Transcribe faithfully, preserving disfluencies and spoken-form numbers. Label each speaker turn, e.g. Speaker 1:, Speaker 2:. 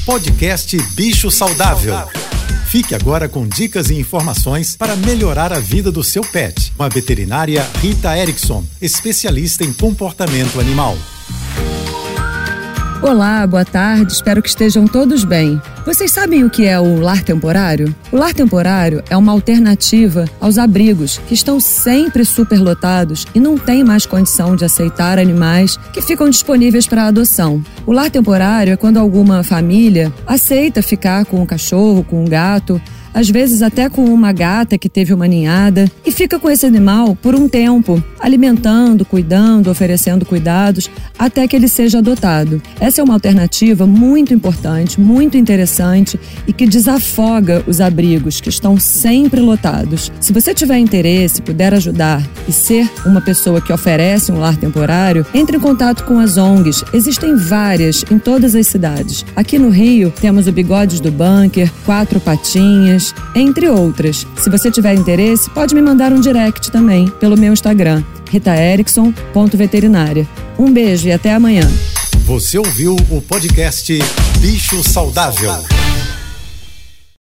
Speaker 1: Podcast Bicho Saudável. Fique agora com dicas e informações para melhorar a vida do seu pet, com a veterinária Rita Erickson, especialista em comportamento animal.
Speaker 2: Olá, boa tarde, espero que estejam todos bem. Vocês sabem o que é o lar temporário? O lar temporário é uma alternativa aos abrigos, que estão sempre superlotados e não têm mais condição de aceitar animais que ficam disponíveis para adoção. O lar temporário é quando alguma família aceita ficar com um cachorro, com um gato, às vezes até com uma gata que teve uma ninhada, e fica com esse animal por um tempo, alimentando, cuidando, oferecendo cuidados, até que ele seja adotado. Essa é uma alternativa muito importante, muito interessante e que desafoga os abrigos, que estão sempre lotados. Se você tiver interesse, puder ajudar e ser uma pessoa que oferece um lar temporário, entre em contato com as O N Gs. Existem várias em todas as cidades. Aqui no Rio, temos o Bigodes do Bunker, Quatro Patinhas, entre outras. Se você tiver interesse, pode me mandar um direct também pelo meu Instagram, rita erickson ponto veterinária. Um beijo e até amanhã.
Speaker 1: Você ouviu o podcast Bicho Saudável.